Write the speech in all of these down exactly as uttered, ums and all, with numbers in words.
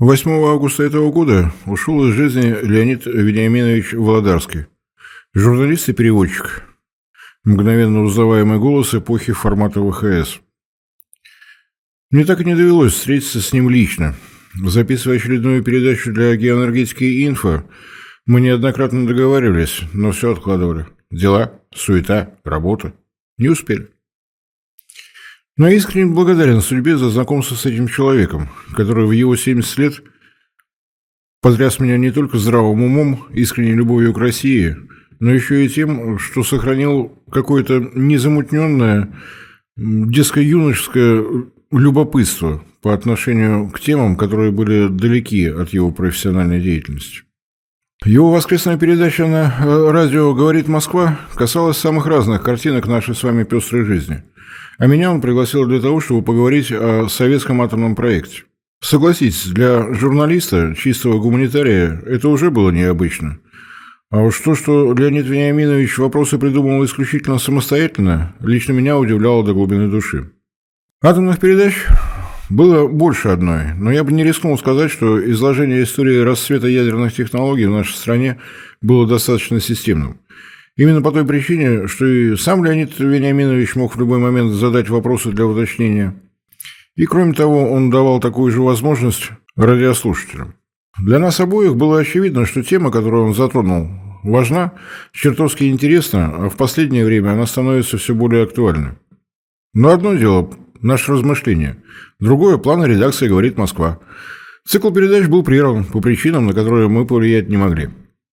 восьмого августа этого года ушел из жизни Леонид Вениаминович Володарский, журналист и переводчик, мгновенно узнаваемый голос эпохи формата вэ ха эс. Мне так и не довелось встретиться с ним лично. Записывая очередную передачу для Геоэнергетики Инфо, мы неоднократно договаривались, но все откладывали. Дела, суета, работа. Не успели. Но я искренне благодарен судьбе за знакомство с этим человеком, который в его семьдесят лет потряс меня не только здравым умом, искренней любовью к России, но еще и тем, что сохранил какое-то незамутненное детско-юношеское любопытство по отношению к темам, которые были далеки от его профессиональной деятельности. Его воскресная передача на радио «Говорит Москва» касалась самых разных картинок нашей с вами пестрой жизни. А меня он пригласил для того, чтобы поговорить о советском атомном проекте. Согласитесь, для журналиста, чистого гуманитария, это уже было необычно. А уж то, что Леонид Вениаминович вопросы придумывал исключительно самостоятельно, лично меня удивляло до глубины души. Атомных передач было больше одной, но я бы не рискнул сказать, что изложение истории расцвета ядерных технологий в нашей стране было достаточно системным. Именно по той причине, что и сам Леонид Вениаминович мог в любой момент задать вопросы для уточнения. И, кроме того, он давал такую же возможность радиослушателям. Для нас обоих было очевидно, что тема, которую он затронул, важна, чертовски интересна, а в последнее время она становится все более актуальной. Но одно дело – наше размышление, другое – планы редакции «Говорит Москва». Цикл передач был прерван по причинам, на которые мы повлиять не могли.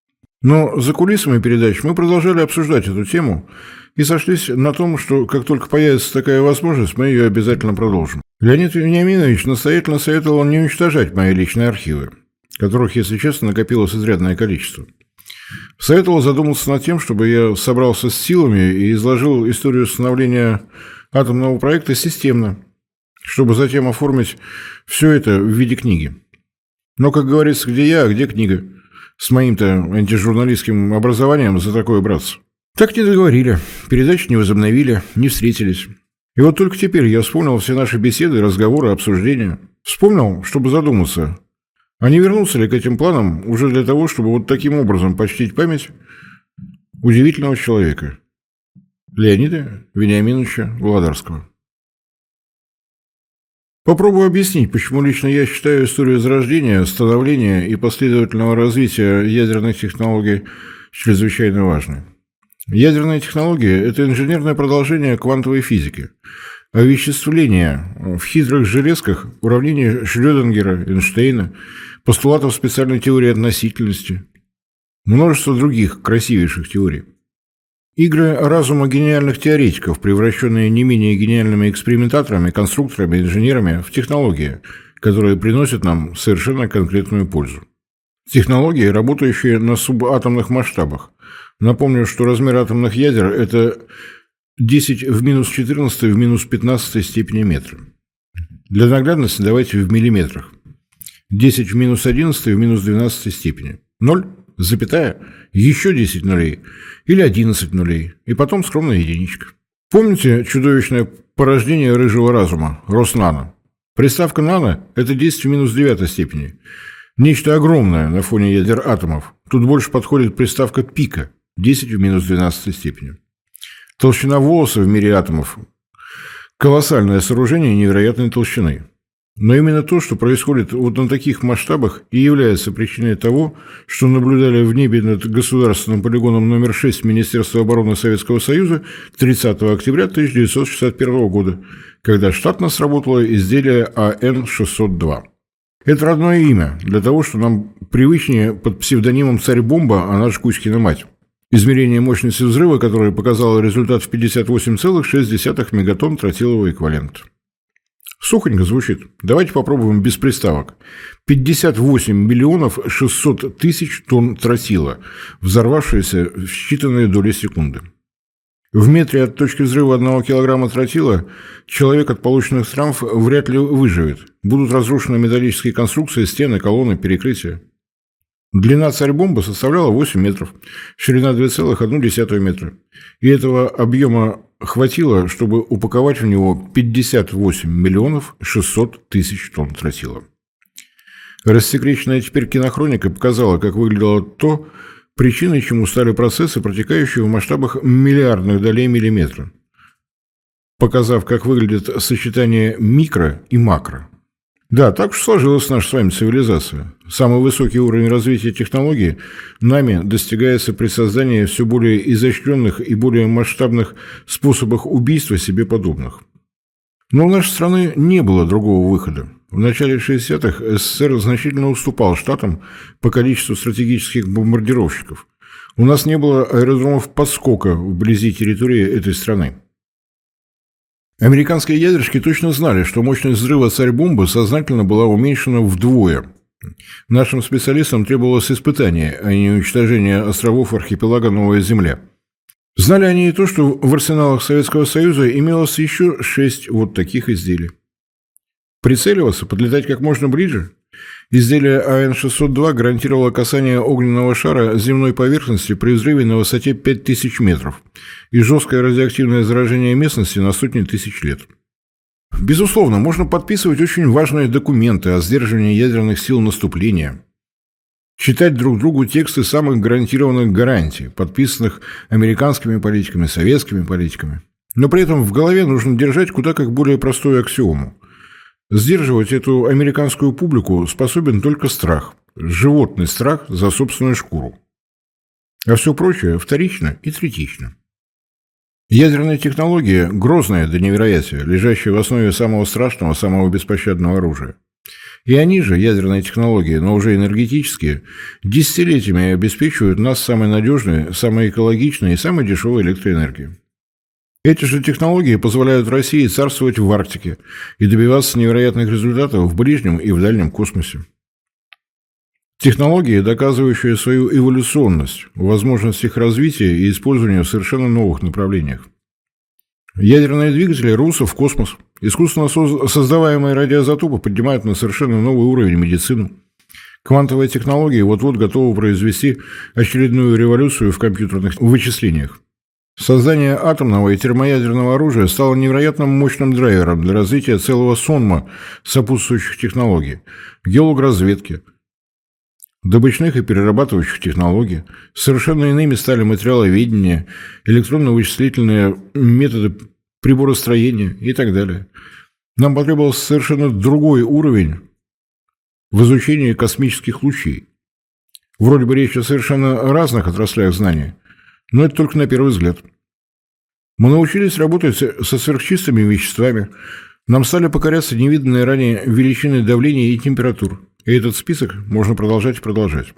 Но за кулисами передач мы продолжали обсуждать эту тему и сошлись на том, что как только появится такая возможность, мы ее обязательно продолжим. Леонид Вениаминович настоятельно советовал не уничтожать мои личные архивы, которых, если честно, накопилось изрядное количество. Советовал задуматься над тем, чтобы я собрался с силами и изложил историю становления атомного проекта системно, чтобы затем оформить все это в виде книги. Но, как говорится, где я, а где книга? С моим-то антижурналистским образованием за такое браться. Так не договорили, передачи не возобновили, не встретились. И вот только теперь я вспомнил все наши беседы, разговоры, обсуждения. Вспомнил, чтобы задуматься, а не вернуться ли к этим планам уже для того, чтобы вот таким образом почтить память удивительного человека, Леонида Вениаминовича Володарского. Попробую объяснить, почему лично я считаю историю зарождения, становления и последовательного развития ядерных технологий чрезвычайно важной. Ядерные технологии – это инженерное продолжение квантовой физики, овеществление в хитрых железках уравнений Шрёдингера, Эйнштейна, постулатов специальной теории относительности, множество других красивейших теорий. Игры разума гениальных теоретиков, превращенные не менее гениальными экспериментаторами, конструкторами, инженерами в технологии, которые приносят нам совершенно конкретную пользу. Технологии, работающие на субатомных масштабах. Напомню, что размер атомных ядер – это десять в минус четырнадцатой в минус пятнадцатой степени метра. Для наглядности давайте в миллиметрах. десять в минус одиннадцатой в минус двенадцатой степени. ноль, запятая, еще десять нулей или одиннадцать нулей, и потом скромная единичка. Помните чудовищное порождение рыжего разума, Роснано? Приставка «нано» – это десять в минус девятой степени. Нечто огромное на фоне ядер атомов. Тут больше подходит приставка «пика» – десять в минус двенадцатой степени. Толщина волоса в мире атомов – колоссальное сооружение невероятной толщины. Но именно то, что происходит вот на таких масштабах, и является причиной того, что наблюдали в небе над государственным полигоном номер шесть Министерства обороны Советского Союза тридцатого октября тысяча девятьсот шестьдесят первого года, когда штатно сработало изделие А Н шестьсот два. Это родное имя, для того, что нам привычнее под псевдонимом «Царь-бомба», а наш Кузькина мать. Измерение мощности взрыва, которое показало результат в пятьдесят восемь целых шесть десятых мегатонн тротилового эквивалента. Сухонько звучит. Давайте попробуем без приставок. пятьдесят восемь миллионов шестьсот тысяч тонн тротила, взорвавшиеся в считанные доли секунды. В метре от точки взрыва одного килограмма тротила человек от полученных травм вряд ли выживет. Будут разрушены металлические конструкции, стены, колонны, перекрытия. Длина царь-бомбы составляла восемь метров, ширина два целых одна десятая метра. И этого объема хватило, чтобы упаковать в него пятьдесят восемь миллионов шестьсот тысяч тонн тротила. Рассекреченная теперь кинохроника показала, как выглядело то, причиной чему стали процессы, протекающие в масштабах миллиардных долей миллиметра, показав, как выглядит сочетание микро и макро. Да, так уж сложилась наша с вами цивилизация. Самый высокий уровень развития технологий нами достигается при создании все более изощренных и более масштабных способов убийства себе подобных. Но у нашей страны не было другого выхода. В начале шестидесятых СССР значительно уступал Штатам по количеству стратегических бомбардировщиков. У нас не было аэродромов подскока вблизи территории этой страны. Американские ядерщики точно знали, что мощность взрыва царь-бомбы сознательно была уменьшена вдвое. Нашим специалистам требовалось испытание, а не уничтожение островов архипелага Новая Земля. Знали они и то, что в арсеналах Советского Союза имелось еще шесть вот таких изделий. Прицеливаться, подлетать как можно ближе? Изделие А Н шестьсот два гарантировало касание огненного шара земной поверхности при взрыве на высоте пять тысяч метров и жесткое радиоактивное заражение местности на сотни тысяч лет. Безусловно, можно подписывать очень важные документы о сдерживании ядерных сил наступления, читать друг другу тексты самых гарантированных гарантий, подписанных американскими политиками, советскими политиками. Но при этом в голове нужно держать куда как более простую аксиому. Сдерживать эту американскую публику способен только страх, животный страх за собственную шкуру. А все прочее вторично и третично. Ядерная технология – грозная до невероятия, лежащая в основе самого страшного, самого беспощадного оружия. И они же, ядерные технологии, но уже энергетические, десятилетиями обеспечивают нас самой надежной, самой экологичной и самой дешевой электроэнергией. Эти же технологии позволяют России царствовать в Арктике и добиваться невероятных результатов в ближнем и в дальнем космосе. Технологии, доказывающие свою эволюционность, возможность их развития и использования в совершенно новых направлениях. Ядерные двигатели рвутся в космос. Искусственно создаваемые радиоизотопы поднимают на совершенно новый уровень медицину. Квантовые технологии вот-вот готовы произвести очередную революцию в компьютерных вычислениях. Создание атомного и термоядерного оружия стало невероятно мощным драйвером для развития целого сонма сопутствующих технологий – геологоразведки, добычных и перерабатывающих технологий. Совершенно иными стали материаловедение, электронно-вычислительные методы приборостроения и так далее. Нам потребовался совершенно другой уровень в изучении космических лучей. Вроде бы речь о совершенно разных отраслях знаний, но это только на первый взгляд. Мы научились работать со сверхчистыми веществами, нам стали покоряться невиданные ранее величины давления и температур, и этот список можно продолжать и продолжать.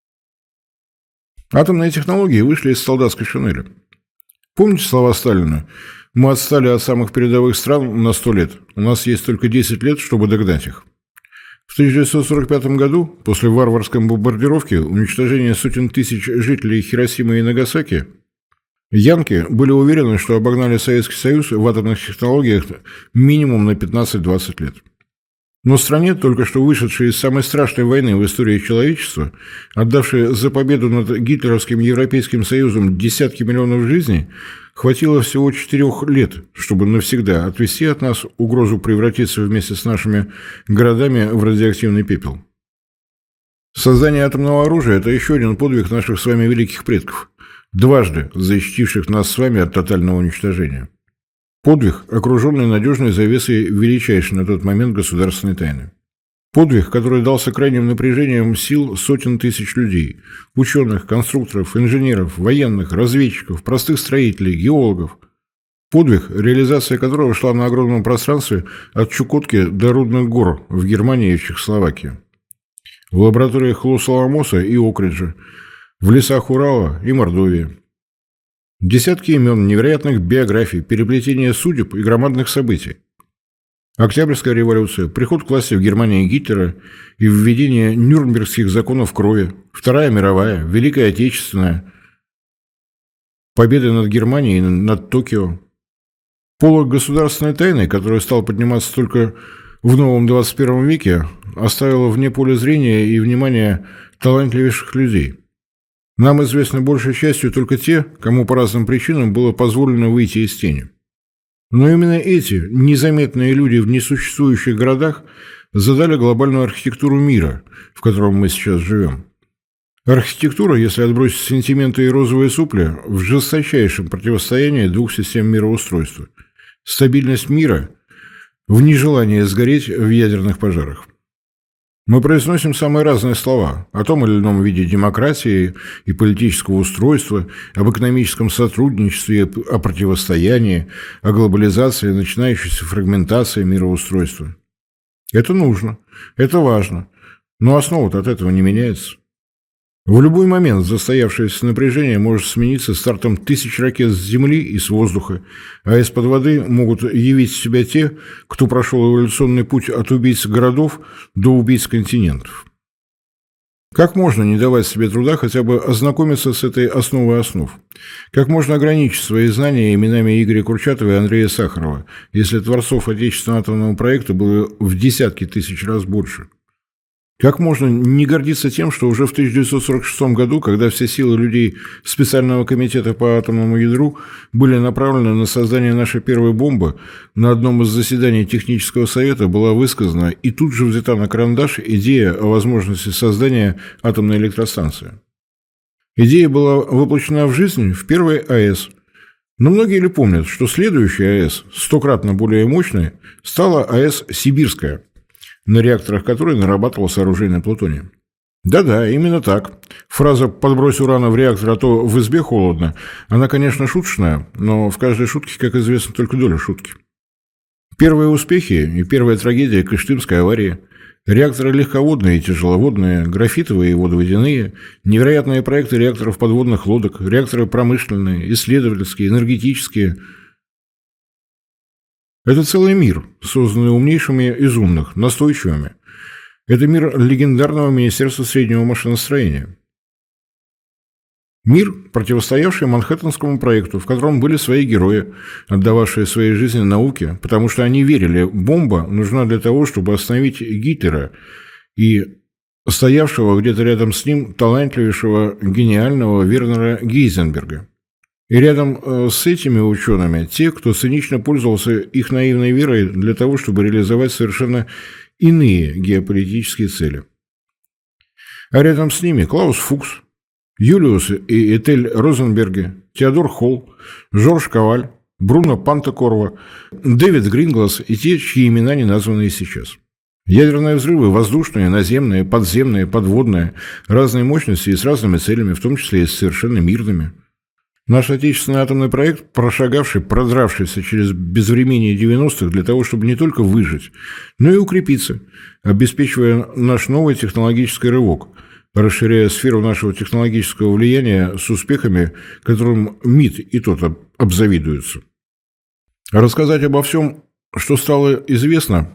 Атомные технологии вышли из солдатской шинели. Помните слова Сталина? Мы отстали от самых передовых стран на сто лет, у нас есть только десять лет, чтобы догнать их. В тысяча девятьсот сорок пятом году, после варварской бомбардировки, уничтожения сотен тысяч жителей Хиросимы и Нагасаки, янки были уверены, что обогнали Советский Союз в атомных технологиях минимум на пятнадцать-двадцать лет. Но стране, только что вышедшей из самой страшной войны в истории человечества, отдавшей за победу над гитлеровским Европейским Союзом десятки миллионов жизней, хватило всего четырех лет, чтобы навсегда отвести от нас угрозу превратиться вместе с нашими городами в радиоактивный пепел. Создание атомного оружия – это еще один подвиг наших с вами великих предков, дважды защитивших нас с вами от тотального уничтожения. Подвиг, окруженный надежной завесой величайшей на тот момент государственной тайны. Подвиг, который дался крайним напряжением сил сотен тысяч людей – ученых, конструкторов, инженеров, военных, разведчиков, простых строителей, геологов. Подвиг, реализация которого шла на огромном пространстве от Чукотки до Рудных гор в Германии и в Чехословакии. В лабораториях Лос-Аламоса и Окриджа, в лесах Урала и Мордовии. Десятки имен, невероятных биографий, переплетения судеб и громадных событий. Октябрьская революция, приход к власти в Германии Гитлера и введение Нюрнбергских законов крови, Вторая мировая, Великая Отечественная, победы над Германией и над Токио. Полог государственной тайны, который стал подниматься только в новом двадцать первом веке, оставила вне поля зрения и внимания талантливейших людей. Нам известны большей частью только те, кому по разным причинам было позволено выйти из тени. Но именно эти незаметные люди в несуществующих городах задали глобальную архитектуру мира, в котором мы сейчас живем. Архитектура, если отбросить сентименты и розовые сопли, в жесточайшем противостоянии двух систем мироустройства. Стабильность мира в нежелании сгореть в ядерных пожарах. Мы произносим самые разные слова о том или ином виде демократии и политического устройства, об экономическом сотрудничестве, о противостоянии, о глобализации, начинающейся фрагментации мироустройства. Это нужно, это важно, но основа-то от этого не меняется. В любой момент застоявшееся напряжение может смениться стартом тысяч ракет с земли и с воздуха, а из-под воды могут явить себя те, кто прошел эволюционный путь от убийц городов до убийц континентов. Как можно не давать себе труда хотя бы ознакомиться с этой основой основ? Как можно ограничить свои знания именами Игоря Курчатова и Андрея Сахарова, если творцов отечественного атомного проекта было в десятки тысяч раз больше? Как можно не гордиться тем, что уже в тысяча девятьсот сорок шестом году, когда все силы людей специального комитета по атомному ядру были направлены на создание нашей первой бомбы, на одном из заседаний технического совета была высказана и тут же взята на карандаш идея о возможности создания атомной электростанции. Идея была воплощена в жизнь в первой АЭС. Но многие ли помнят, что следующая АЭС, стократно более мощная, стала АЭС «Сибирская», на реакторах которой нарабатывался оружейный плутоний. Да-да, именно так. Фраза «подбрось урана в реактор, а то в избе холодно», она, конечно, шуточная, но в каждой шутке, как известно, только доля шутки. Первые успехи и первая трагедия Кыштымской аварии, реакторы легководные и тяжеловодные, графитовые и водоводяные, невероятные проекты реакторов подводных лодок, реакторы промышленные, исследовательские, энергетические – это целый мир, созданный умнейшими из умных, настойчивыми. Это мир легендарного Министерства среднего машиностроения. Мир, противостоявший Манхэттенскому проекту, в котором были свои герои, отдававшие свои жизни науке, потому что они верили, бомба нужна для того, чтобы остановить Гитлера и стоявшего где-то рядом с ним талантливейшего, гениального Вернера Гейзенберга. И рядом с этими учеными те, кто цинично пользовался их наивной верой для того, чтобы реализовать совершенно иные геополитические цели. А рядом с ними Клаус Фукс, Юлиус и Этель Розенберги, Теодор Холл, Жорж Коваль, Бруно Пантекорво, Дэвид Гринглас и те, чьи имена не названы и сейчас. Ядерные взрывы воздушные, наземные, подземные, подводные, разной мощности и с разными целями, в том числе и с совершенно мирными. Наш отечественный атомный проект, прошагавший, продравшийся через безвременье девяностых для того, чтобы не только выжить, но и укрепиться, обеспечивая наш новый технологический рывок, расширяя сферу нашего технологического влияния с успехами, которым МИД и тот обзавидуются. Рассказать обо всем, что стало известно,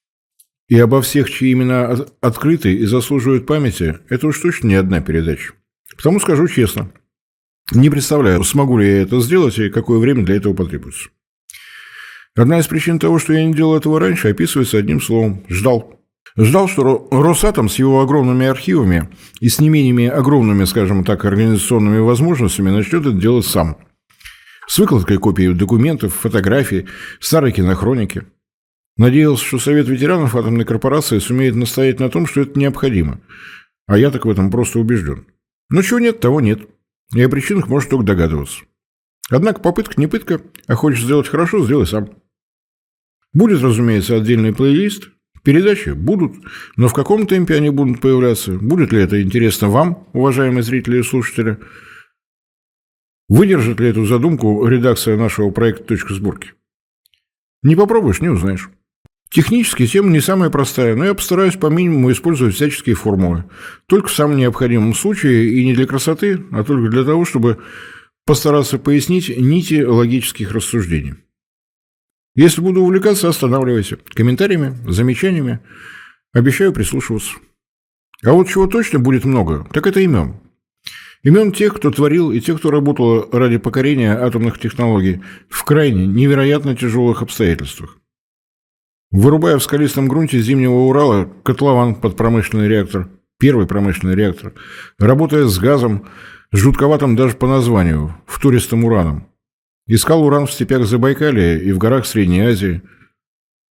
и обо всех, чьи имена открыты и заслуживают памяти, это уж точно не одна передача. Потому скажу честно, не представляю, смогу ли я это сделать и какое время для этого потребуется. Одна из причин того, что я не делал этого раньше, описывается одним словом – ждал. Ждал, что Росатом с его огромными архивами и с не менее огромными, скажем так, организационными возможностями начнет это делать сам. С выкладкой копий документов, фотографий, старой кинохроники. Надеялся, что Совет ветеранов атомной корпорации сумеет настоять на том, что это необходимо. А я так в этом просто убежден. Но чего нет, того нет. И о причинах можешь только догадываться. Однако попытка не пытка, а хочешь сделать хорошо, сделай сам. Будет, разумеется, отдельный плейлист. Передачи будут, но в каком темпе они будут появляться? Будет ли это интересно вам, уважаемые зрители и слушатели? Выдержит ли эту задумку редакция нашего проекта «Точка сборки»? Не попробуешь, не узнаешь. Технически тема не самая простая, но я постараюсь по минимуму использовать всяческие формулы. Только в самом необходимом случае и не для красоты, а только для того, чтобы постараться пояснить нити логических рассуждений. Если буду увлекаться, останавливайся. Комментариями, замечаниями. Обещаю прислушиваться. А вот чего точно будет много, так это имен. Имен тех, кто творил, и тех, кто работал ради покорения атомных технологий в крайне невероятно тяжелых обстоятельствах. Вырубая в скалистом грунте Зимнего Урала котлован под промышленный реактор, первый промышленный реактор, работая с газом, жутковатым даже по названию, втористым ураном. Искал уран в степях Забайкалья и в горах Средней Азии.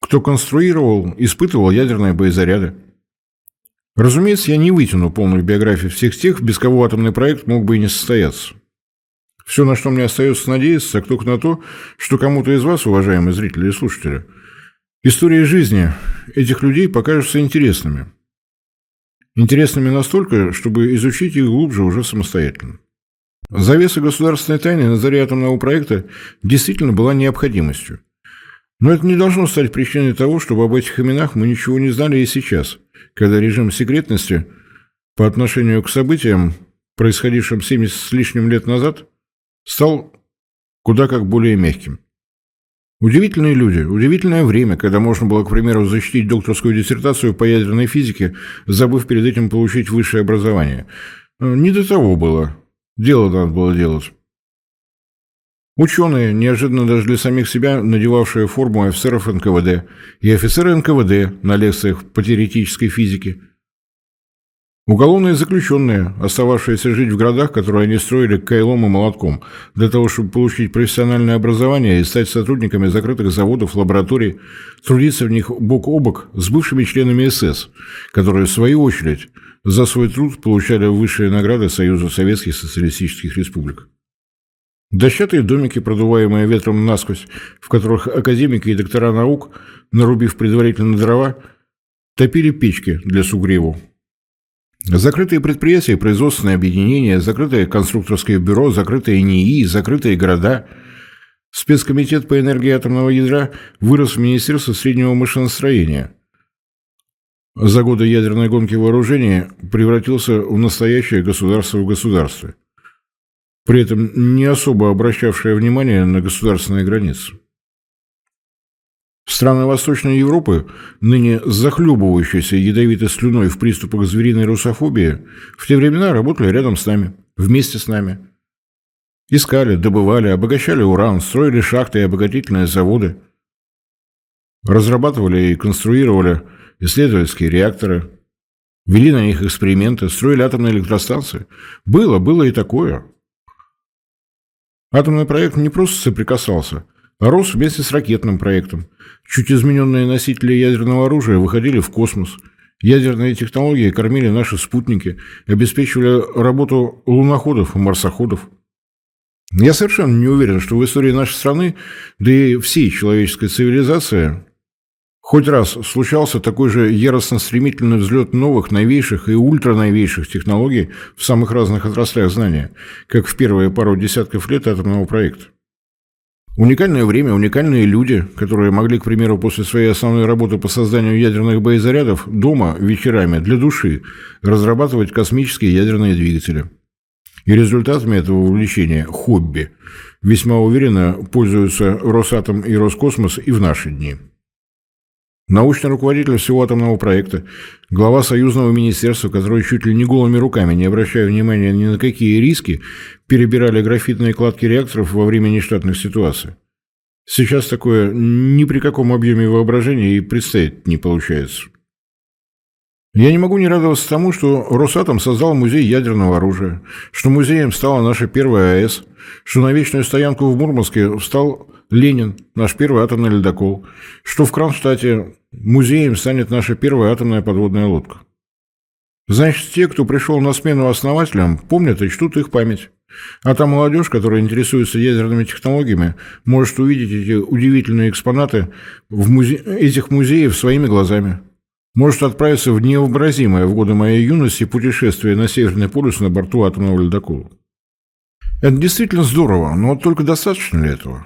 кто конструировал, испытывал ядерные боезаряды. Разумеется, я не вытяну полную биографию всех тех, без кого атомный проект мог бы и не состояться. Все, на что мне остается надеяться, так только на то, что кому-то из вас, уважаемые зрители и слушатели, история жизни этих людей покажутся интересными. Интересными настолько, чтобы изучить их глубже уже самостоятельно. Завеса государственной тайны на заре атомного проекта действительно была необходимостью. Но это не должно стать причиной того, чтобы об этих именах мы ничего не знали и сейчас, когда режим секретности по отношению к событиям, происходившим семьдесят с лишним лет назад, стал куда как более мягким. Удивительные люди, удивительное время, когда можно было, к примеру, защитить докторскую диссертацию по ядерной физике, забыв перед этим получить высшее образование. Не до того было. Дело надо было делать. Ученые, неожиданно даже для самих себя, надевавшие форму офицеров эн ка вэ дэ, и офицеры эн ка вэ дэ на лекциях по теоретической физике. Уголовные заключенные, остававшиеся жить в городах, которые они строили кайлом и молотком, для того, чтобы получить профессиональное образование и стать сотрудниками закрытых заводов, лабораторий, трудиться в них бок о бок с бывшими членами эс эс, которые, в свою очередь, за свой труд получали высшие награды Союза Советских Социалистических Республик. Дощатые домики, продуваемые ветром насквозь, в которых академики и доктора наук, нарубив предварительно дрова, топили печки для сугреву. Закрытые предприятия, производственные объединения, закрытое конструкторское бюро, закрытые эн и и, закрытые города. Спецкомитет по энергии атомного ядра вырос в Министерство среднего машиностроения. За годы ядерной гонки вооружения превратился в настоящее государство в государстве, при этом не особо обращавшее внимание на государственные границы. Страны Восточной Европы, ныне захлебывающиеся ядовитой слюной в приступах звериной русофобии, в те времена работали рядом с нами, вместе с нами. Искали, добывали, обогащали уран, строили шахты и обогатительные заводы, разрабатывали и конструировали исследовательские реакторы, вели на них эксперименты, строили атомные электростанции. Было, было и такое. Атомный проект не просто соприкасался, а рос вместе с ракетным проектом. Чуть измененные носители ядерного оружия выходили в космос. Ядерные технологии кормили наши спутники, обеспечивали работу луноходов и марсоходов. Я совершенно не уверен, что в истории нашей страны, да и всей человеческой цивилизации, хоть раз случался такой же яростно-стремительный взлет новых, новейших и ультрановейших технологий в самых разных отраслях знания, как в первые пару десятков лет атомного проекта. Уникальное время, уникальные люди, которые могли, к примеру, после своей основной работы по созданию ядерных боезарядов дома вечерами для души разрабатывать космические ядерные двигатели. И результатами этого увлечения, хобби, весьма уверенно пользуются Росатом и Роскосмос и в наши дни. Научный руководитель всего атомного проекта, глава союзного министерства, который чуть ли не голыми руками, не обращая внимания ни на какие риски, перебирали графитные кладки реакторов во время нештатных ситуаций. Сейчас такое ни при каком объеме воображения и представить не получается. Я не могу не радоваться тому, что Росатом создал музей ядерного оружия, что музеем стала наша первая АЭС, что на вечную стоянку в Мурманске встал Ленин, наш первый атомный ледокол, что в Кронштадте музеем станет наша первая атомная подводная лодка. Значит, те, кто пришел на смену основателям, помнят и чтут их память. А та молодежь, которая интересуется ядерными технологиями, может увидеть эти удивительные экспонаты в музе... этих музеев своими глазами. Может отправиться в невообразимое в годы моей юности путешествие на Северный полюс на борту атомного ледокола. Это действительно здорово, но вот только достаточно ли этого?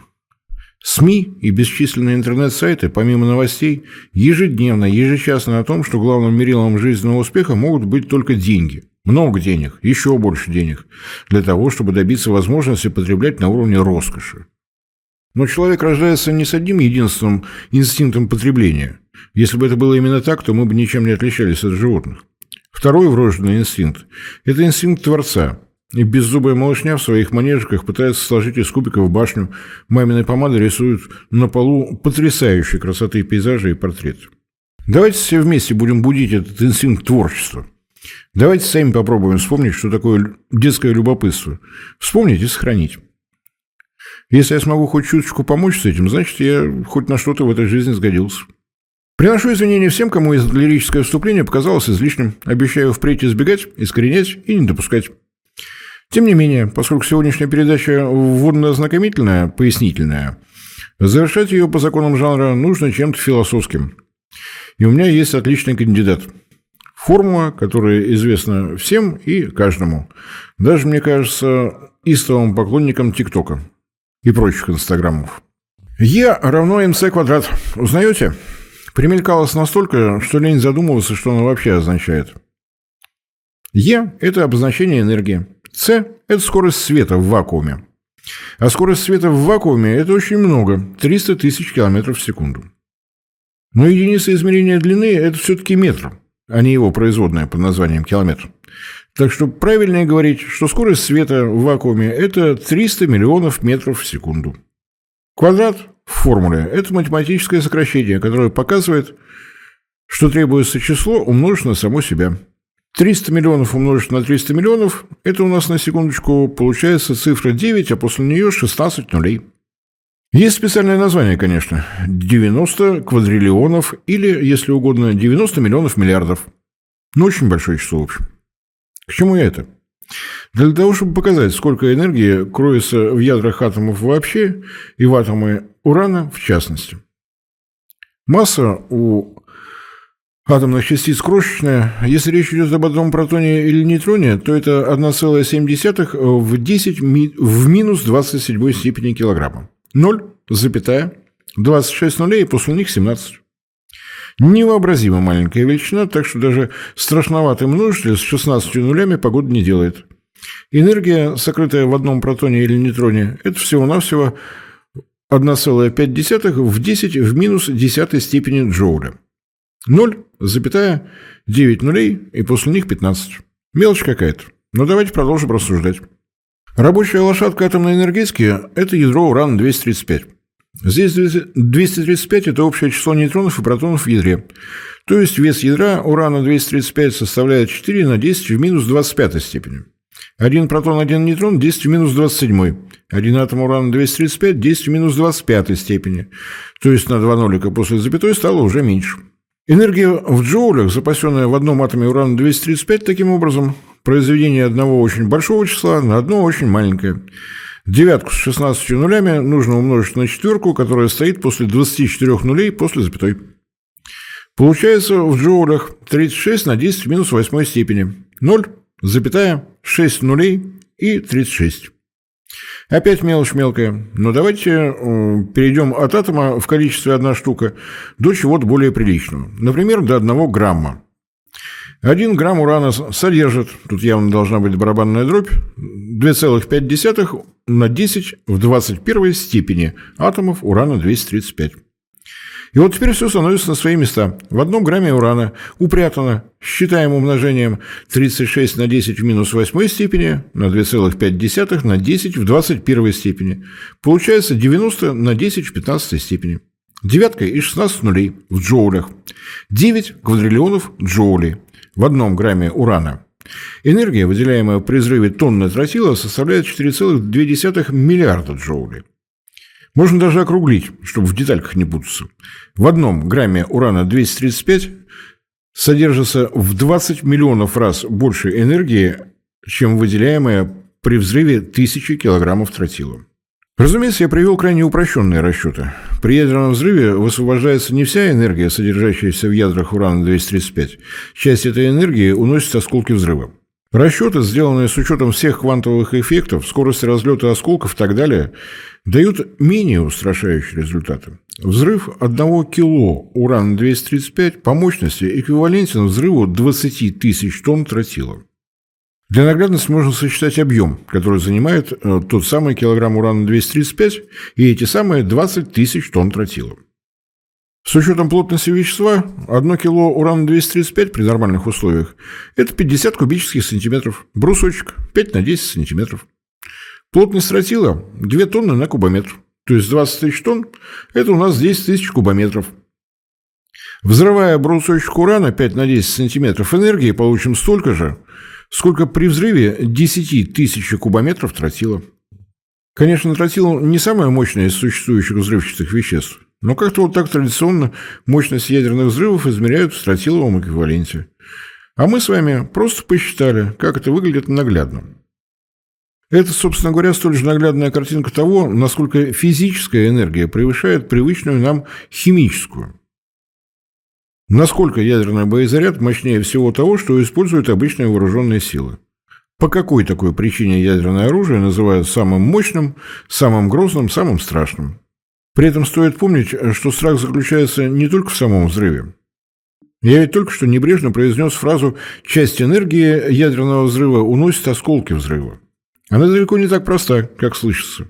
СМИ и бесчисленные интернет-сайты, помимо новостей, ежедневно, ежечасно о том, что главным мерилом жизненного успеха могут быть только деньги. Много денег, еще больше денег, для того, чтобы добиться возможности потреблять на уровне роскоши. Но человек рождается не с одним единственным инстинктом потребления. Если бы это было именно так, то мы бы ничем не отличались от животных. Второй врожденный инстинкт – это инстинкт Творца. И беззубая малышня в своих манежках пытается сложить из кубиков башню, маминой помадой рисует на полу потрясающей красоты пейзажи и портреты. Давайте все вместе будем будить этот инстинкт творчества. Давайте сами попробуем вспомнить, что такое детское любопытство. Вспомнить и сохранить. Если я смогу хоть чуточку помочь с этим, значит, я хоть на что-то в этой жизни сгодился. Приношу извинения всем, кому это лирическое вступление показалось излишним. Обещаю впредь избегать, искоренять и не допускать. Тем не менее, поскольку сегодняшняя передача вводно-ознакомительная, пояснительная, завершать ее по законам жанра нужно чем-то философским. И у меня есть отличный кандидат. Формула, которая известна всем и каждому. Даже, мне кажется, истовым поклонникам ТикТока и прочих инстаграмов. Е равно МЦ квадрат. Узнаете? Примелькалось настолько, что лень задумываться, что оно вообще означает. Е – это обозначение энергии. С – это скорость света в вакууме. А скорость света в вакууме – это очень много – триста тысяч километров в секунду. Но единица измерения длины – это все-таки метр, а не его производная под названием километр. Так что правильнее говорить, что скорость света в вакууме – это триста миллионов метров в секунду. Квадрат в формуле – это математическое сокращение, которое показывает, что требуется число умножить на само себя. триста миллионов умножить на триста миллионов – это у нас, на секундочку, получается цифра девять, а после нее шестнадцать нулей. Есть специальное название, конечно – девяносто квадриллионов или, если угодно, девяносто миллионов миллиардов. Ну, очень большое число, в общем. К чему я это? Для того, чтобы показать, сколько энергии кроется в ядрах атомов вообще и в атомы урана в частности. Масса у атомных частиц крошечная. Если речь идет об одном протоне или нейтроне, то это одна целая семь десятых в десять в минус двадцать седьмой степени килограмма. ноль, двадцать шесть нулей, и после них семнадцать. Невообразимо маленькая величина, так что даже страшноватый множитель с шестнадцатью нулями погоду не делает. Энергия, сокрытая в одном протоне или нейтроне, это всего-навсего одна целая пять десятых в десять в минус десятой степени джоуля. ноль, девять нулей, и после них пятнадцать. Мелочь какая-то. Но давайте продолжим рассуждать. Рабочая лошадка атомной энергетики – это ядро урана двести тридцать пять. Здесь двести тридцать пять – это общее число нейтронов и протонов в ядре. То есть вес ядра урана двести тридцать пять составляет четыре на десять в минус двадцать пятой степени. Один протон, один нейтрон – десять в минус двадцать седьмой. Один атом урана двести тридцать пять – десять в минус двадцать пятой степени. То есть на два нолика после запятой стало уже меньше. Энергия в джоулях, запасенная в одном атоме урана двести тридцать пять, таким образом, произведение одного очень большого числа на одно очень маленькое. Девятку с шестнадцатью нулями нужно умножить на четверку, которая стоит после двадцати четырёх нулей после запятой. Получается в джоулях тридцать шесть на десять в минус восьмой степени. ноль, шесть нулей и тридцать шесть. Опять мелочь мелкая. Но давайте э, перейдем от атома в количестве одна штука до чего-то более приличного. Например, до одного грамма. Один грамм урана содержит, тут явно должна быть барабанная дробь, две целых пять десятых на десять в двадцать первой степени атомов урана двести тридцать пять. И вот теперь все становится на свои места. В одном грамме урана упрятано, считаем умножением тридцать шесть на десять в минус восьмой степени на две целых пять десятых на десять в двадцать первой степени. Получается девяносто на десять в пятнадцатой степени. Девятка и шестнадцать нулей в джоулях. девять квадриллионов джоулей в одном грамме урана. Энергия, выделяемая при взрыве тонны тротила, составляет четыре целых две десятых миллиарда джоулей. Можно даже округлить, чтобы в детальках не путаться. В одном грамме урана двести тридцать пять содержится в двадцать миллионов раз больше энергии, чем выделяемая при взрыве тысячи килограммов тротила. Разумеется, я привел крайне упрощенные расчеты. При ядерном взрыве высвобождается не вся энергия, содержащаяся в ядрах урана двести тридцать пять. Часть этой энергии уносит осколки взрыва. Расчеты, сделанные с учетом всех квантовых эффектов, скорости разлета осколков и так далее, дают менее устрашающие результаты. Взрыв одного кило урана двести тридцать пять по мощности эквивалентен взрыву двадцати тысяч тонн тротила. Для наглядности можно сосчитать объем, который занимает э, тот самый килограмм урана двести тридцать пять и эти самые двадцать тысяч тонн тротила. С учетом плотности вещества, одно кило урана двести тридцать пять при нормальных условиях – это пятьдесят кубических сантиметров, брусочек – пять на десять сантиметров. Плотность тротила – две тонны на кубометр, то есть двадцать тысяч тонн – это у нас десять тысяч кубометров. Взрывая брусочек урана пять на десять сантиметров энергии, получим столько же, сколько при взрыве десять тысяч кубометров тротила. Конечно, тротил не самое мощное из существующих взрывчатых веществ, Но как-то вот так традиционно мощность ядерных взрывов измеряют в стратиловом эквиваленте. А мы с вами просто посчитали, как это выглядит наглядно. Это, собственно говоря, столь же наглядная картинка того, насколько физическая энергия превышает привычную нам химическую. Насколько ядерный боезаряд мощнее всего того, что используют обычные вооруженные силы. По какой такой причине ядерное оружие называют самым мощным, самым грозным, самым страшным. При этом стоит помнить, что страх заключается не только в самом взрыве. Я ведь только что небрежно произнес фразу «часть энергии ядерного взрыва уносит осколки взрыва». Она далеко не так проста, как слышится.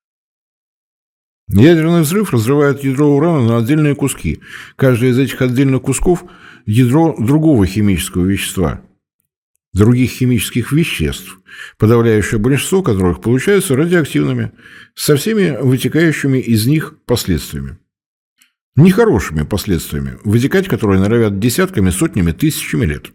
Ядерный взрыв разрывает ядро урана на отдельные куски. Каждый из этих отдельных кусков – ядро другого химического вещества, других химических веществ, подавляющее большинство которых получаются радиоактивными, со всеми вытекающими из них последствиями. Нехорошими последствиями, вытекать которые норовят десятками, сотнями, тысячами лет.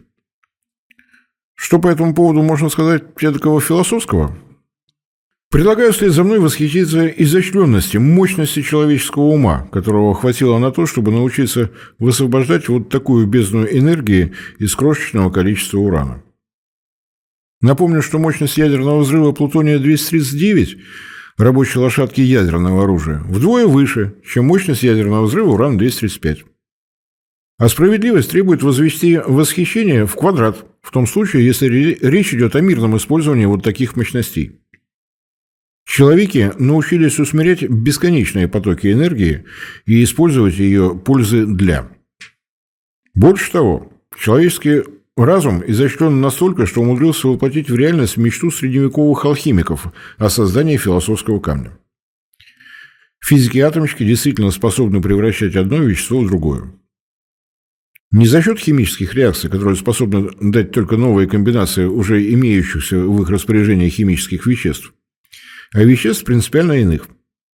Что по этому поводу можно сказать такого философского? Предлагаю вслед за мной восхититься изощренностью, мощности человеческого ума, которого хватило на то, чтобы научиться высвобождать вот такую бездну энергии из крошечного количества урана. Напомню, что мощность ядерного взрыва плутония двести тридцать девять, рабочей лошадки ядерного оружия, вдвое выше, чем мощность ядерного взрыва урана двести тридцать пять. А справедливость требует возвести восхищение в квадрат, в том случае, если речь идет о мирном использовании вот таких мощностей. Человеки научились усмирять бесконечные потоки энергии и использовать ее пользы для. Больше того, человеческий разум изощрен настолько, что умудрился воплотить в реальность мечту средневековых алхимиков о создании философского камня. Физики-атомщики действительно способны превращать одно вещество в другое. Не за счет химических реакций, которые способны дать только новые комбинации уже имеющихся в их распоряжении химических веществ, а веществ принципиально иных.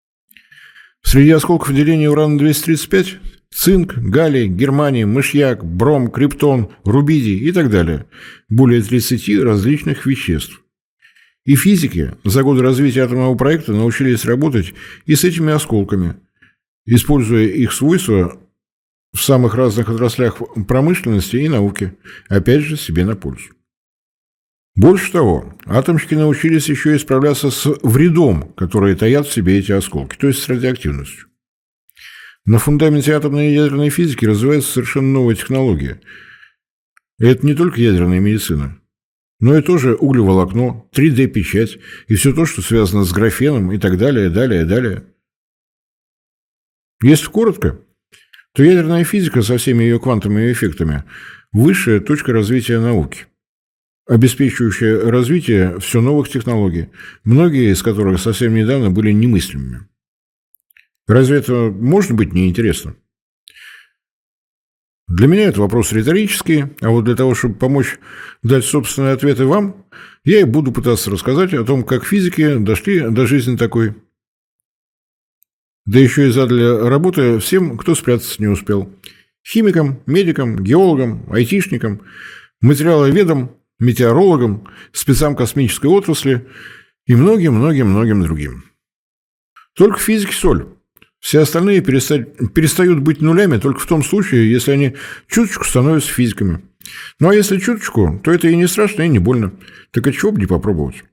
Среди осколков деления урана двести тридцать пять – цинк, галлий, германий, мышьяк, бром, криптон, рубидий и так далее. Более тридцати различных веществ. И физики за годы развития атомного проекта научились работать и с этими осколками, используя их свойства в самых разных отраслях промышленности и науки, опять же, себе на пользу. Больше того, атомщики научились еще и справляться с вредом, который таят в себе эти осколки, то есть с радиоактивностью. На фундаменте атомной и ядерной физики развивается совершенно новая технология. И это не только ядерная медицина, но и тоже углеволокно, три дэ печать и все то, что связано с графеном и так далее, далее, далее. Если коротко, то ядерная физика со всеми ее квантовыми эффектами – высшая точка развития науки, обеспечивающая развитие все новых технологий, многие из которых совсем недавно были немыслимыми. Разве это может быть неинтересно? Для меня это вопрос риторический, а вот для того, чтобы помочь дать собственные ответы вам, я и буду пытаться рассказать о том, как физики дошли до жизни такой. Да еще и задали работы всем, кто спрятаться не успел. Химикам, медикам, геологам, айтишникам, материаловедам, метеорологам, спецам космической отрасли и многим-многим-многим другим. Только физики соль. Все остальные перестают быть нулями только в том случае, если они чуточку становятся физиками. Ну а если чуточку, то это и не страшно, и не больно. Так а чего бы не попробовать?